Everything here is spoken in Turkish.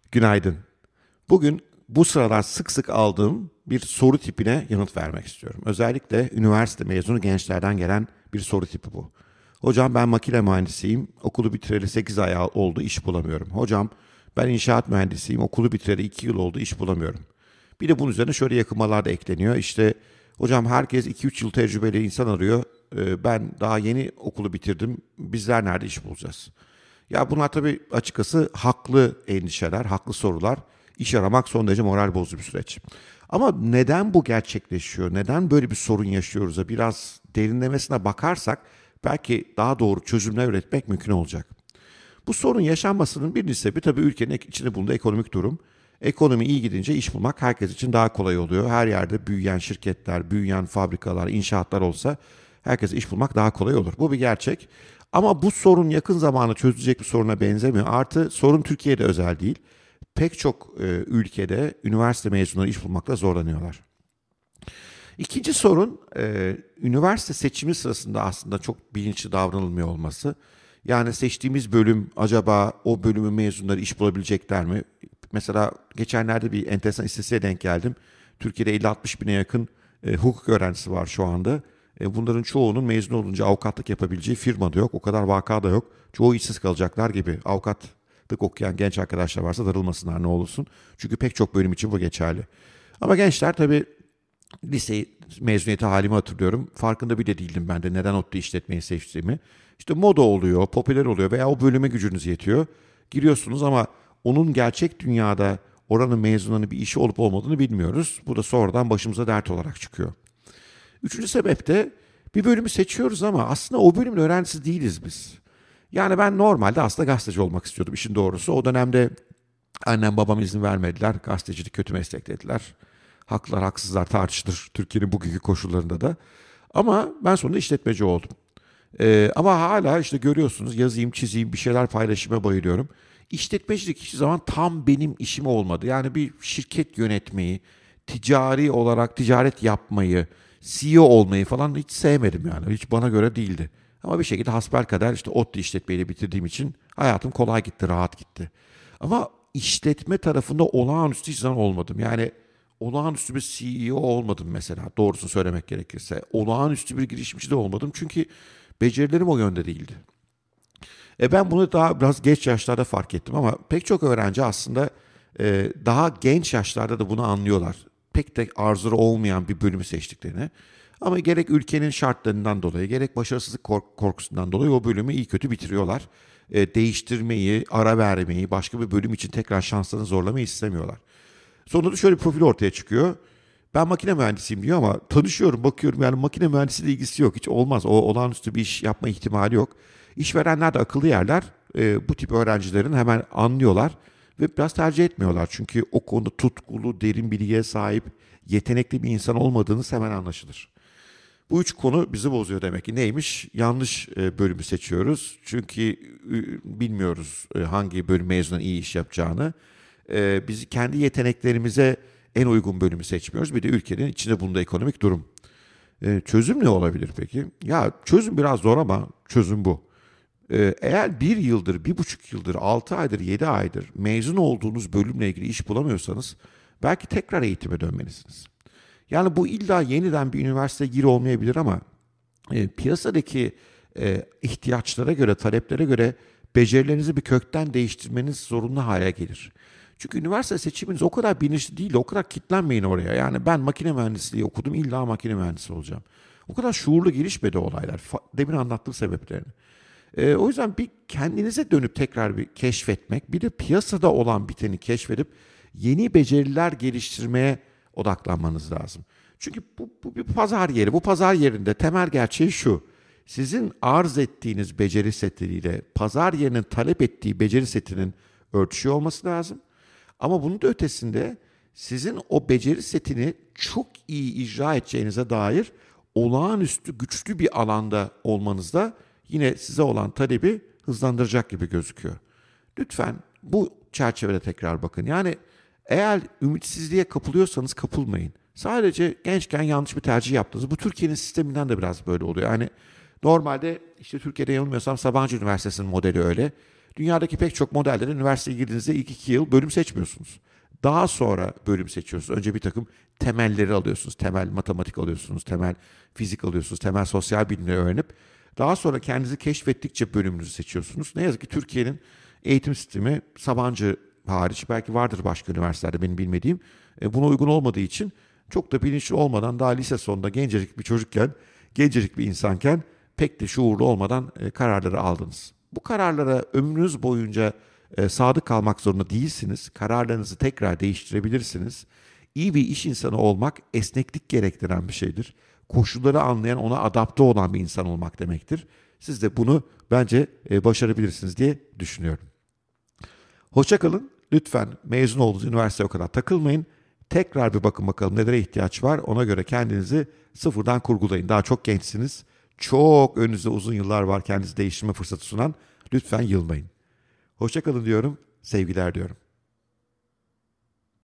Günaydın. Bugün bu sıralar sık sık aldığım bir soru tipine yanıt vermek istiyorum. Özellikle üniversite mezunu gençlerden gelen bir soru tipi bu. Hocam ben makine mühendisiyim. Okulu bitireli 8 ay oldu, iş bulamıyorum. Hocam ben inşaat mühendisiyim. Okulu bitireli 2 yıl oldu, iş bulamıyorum. Bir de bunun üzerine şöyle yakınmalar da ekleniyor. İşte hocam herkes 2-3 yıl tecrübeli insan arıyor. Ben daha yeni okulu bitirdim. Bizler nerede iş bulacağız? Ya bunlar tabii açıkçası haklı endişeler, haklı sorular. İş aramak son derece moral bozucu bir süreç. Ama neden bu gerçekleşiyor? Neden böyle bir sorun yaşıyoruz'a biraz derinlemesine bakarsak belki daha doğru çözümler üretmek mümkün olacak. Bu sorun yaşanmasının bir sebebi tabii ülkenin içinde bulunduğu ekonomik durum. Ekonomi iyi gidince iş bulmak herkes için daha kolay oluyor. Her yerde büyüyen şirketler, büyüyen fabrikalar, inşaatlar olsa herkese iş bulmak daha kolay olur. Bu bir gerçek. Ama bu sorun yakın zamanda çözülecek bir soruna benzemiyor. Artı sorun Türkiye'de özel değil. Pek çok ülkede üniversite mezunları iş bulmakta zorlanıyorlar. İkinci sorun üniversite seçimi sırasında aslında çok bilinçli davranılmıyor olması. Yani seçtiğimiz bölüm acaba o bölümün mezunları iş bulabilecekler mi? Mesela geçenlerde bir enteresan istatistiğe denk geldim. Türkiye'de 50-60 bine yakın hukuk öğrencisi var şu anda. Bunların çoğunun mezun olunca avukatlık yapabileceği firma da yok. O kadar vaka da yok. Çoğu işsiz kalacaklar gibi. Avukatlık okuyan genç arkadaşlar varsa darılmasınlar ne olursun. Çünkü pek çok bölüm için bu geçerli. Ama gençler tabii lise mezuniyeti halimi hatırlıyorum. Farkında bile değildim ben de neden ODTÜ işletmeyi seçtiğimi. İşte moda oluyor, popüler oluyor veya o bölüme gücünüz yetiyor. Giriyorsunuz ama onun gerçek dünyada oranın mezunlarının bir işi olup olmadığını bilmiyoruz. Bu da sonradan başımıza dert olarak çıkıyor. Üçüncü sebep de bir bölümü seçiyoruz ama aslında o bölümün öğrencisi değiliz biz. Yani ben normalde aslında gazeteci olmak istiyordum işin doğrusu. O dönemde annem babam izin vermediler. Gazetecilik kötü meslek dediler. Haklılar haksızlar tartışılır Türkiye'nin bugünkü koşullarında da. Ama ben sonunda işletmeci oldum. Ama hala işte görüyorsunuz yazayım çizeyim bir şeyler paylaşıma bayılıyorum. İşletmecilik hiçbir zaman tam benim işim olmadı. Yani bir şirket yönetmeyi, ticari olarak ticaret yapmayı, CEO olmayı falan hiç sevmedim yani. Hiç bana göre değildi. Ama bir şekilde hasbelkader işte ODTÜ işletmeyle bitirdiğim için hayatım kolay gitti, rahat gitti. Ama işletme tarafında olağanüstü hiç zaman olmadım. Yani olağanüstü bir CEO olmadım mesela doğrusunu söylemek gerekirse. Olağanüstü bir girişimci de olmadım çünkü becerilerim o yönde değildi. Ben bunu daha biraz geç yaşlarda fark ettim ama pek çok öğrenci aslında daha genç yaşlarda da bunu anlıyorlar. Pek de arzuları olmayan bir bölümü seçtiklerini. Ama gerek ülkenin şartlarından dolayı gerek başarısızlık korkusundan dolayı o bölümü iyi kötü bitiriyorlar. Değiştirmeyi, ara vermeyi, başka bir bölüm için tekrar şanslarını zorlamayı istemiyorlar. Sonunda da şöyle bir profil ortaya çıkıyor. Ben makine mühendisiyim diyor ama tanışıyorum, bakıyorum yani makine mühendisiyle ilgisi yok. Hiç olmaz. O olağanüstü bir iş yapma ihtimali yok. İşverenler de akıllı yerler. Bu tip öğrencilerin hemen anlıyorlar ve biraz tercih etmiyorlar. Çünkü o konuda tutkulu, derin bilgiye sahip, yetenekli bir insan olmadığınız hemen anlaşılır. Bu üç konu bizi bozuyor demek ki. Neymiş? Yanlış bölümü seçiyoruz. Çünkü bilmiyoruz hangi bölüm mezunun iyi iş yapacağını. Biz kendi yeteneklerimize en uygun bölümü seçmiyoruz. Bir de ülkenin içinde bulunduğu ekonomik durum. Çözüm ne olabilir peki? Ya çözüm biraz zor ama çözüm bu. Eğer bir yıldır, 1,5 yıldır, 6 aydır, 7 aydır mezun olduğunuz bölümle ilgili iş bulamıyorsanız belki tekrar eğitime dönmelisiniz. Yani bu illa yeniden bir üniversite gir olmayabilir ama piyasadaki ihtiyaçlara göre, taleplere göre becerilerinizi bir kökten değiştirmeniz zorunlu hale gelir. Çünkü üniversite seçiminiz o kadar bilinçli değil, o kadar kitlenmeyin oraya. Yani ben makine mühendisliği okudum, illa makine mühendisi olacağım. O kadar şuurlu gelişmedi olaylar. Demin anlattığım sebeplerini. O yüzden bir kendinize dönüp tekrar bir keşfetmek, bir de piyasada olan biteni keşfedip yeni beceriler geliştirmeye odaklanmanız lazım. Çünkü bu bir pazar yeri. Bu pazar yerinde temel gerçeği şu. Sizin arz ettiğiniz beceri setleriyle pazar yerinin talep ettiği beceri setinin örtüşüyor olması lazım. Ama bunun da ötesinde sizin o beceri setini çok iyi icra edeceğinize dair olağanüstü güçlü bir alanda olmanız da yine size olan talebi hızlandıracak gibi gözüküyor. Lütfen bu çerçevede tekrar bakın. Yani eğer ümitsizliğe kapılıyorsanız kapılmayın. Sadece gençken yanlış bir tercih yaptınız. Bu Türkiye'nin sisteminden de biraz böyle oluyor. Yani normalde işte Türkiye'de yanılmıyorsam Sabancı Üniversitesi'nin modeli öyle. Dünyadaki pek çok modelde de üniversiteye girdiğinizde ilk 2 yıl bölüm seçmiyorsunuz. Daha sonra bölüm seçiyorsunuz. Önce bir takım temelleri alıyorsunuz. Temel matematik alıyorsunuz, temel fizik alıyorsunuz, temel sosyal bilimleri öğrenip daha sonra kendinizi keşfettikçe bölümünüzü seçiyorsunuz. Ne yazık ki Türkiye'nin eğitim sistemi Sabancı hariç belki vardır başka üniversitelerde benim bilmediğim. Buna uygun olmadığı için çok da bilinçli olmadan daha lise sonunda gencecik bir çocukken, gencecik bir insanken pek de şuurlu olmadan kararları aldınız. Bu kararlara ömrünüz boyunca sadık kalmak zorunda değilsiniz. Kararlarınızı tekrar değiştirebilirsiniz. İyi bir iş insanı olmak esneklik gerektiren bir şeydir. Koşulları anlayan, ona adapte olan bir insan olmak demektir. Siz de bunu bence başarabilirsiniz diye düşünüyorum. Hoşça kalın. Lütfen mezun olduğunuz üniversiteye o kadar takılmayın. Tekrar bir bakın bakalım nelere ihtiyaç var. Ona göre kendinizi sıfırdan kurgulayın. Daha çok gençsiniz. Çok önünüzde uzun yıllar var kendinizi değiştirme fırsatı sunan. Lütfen yılmayın. Hoşça kalın diyorum. Sevgiler diyorum.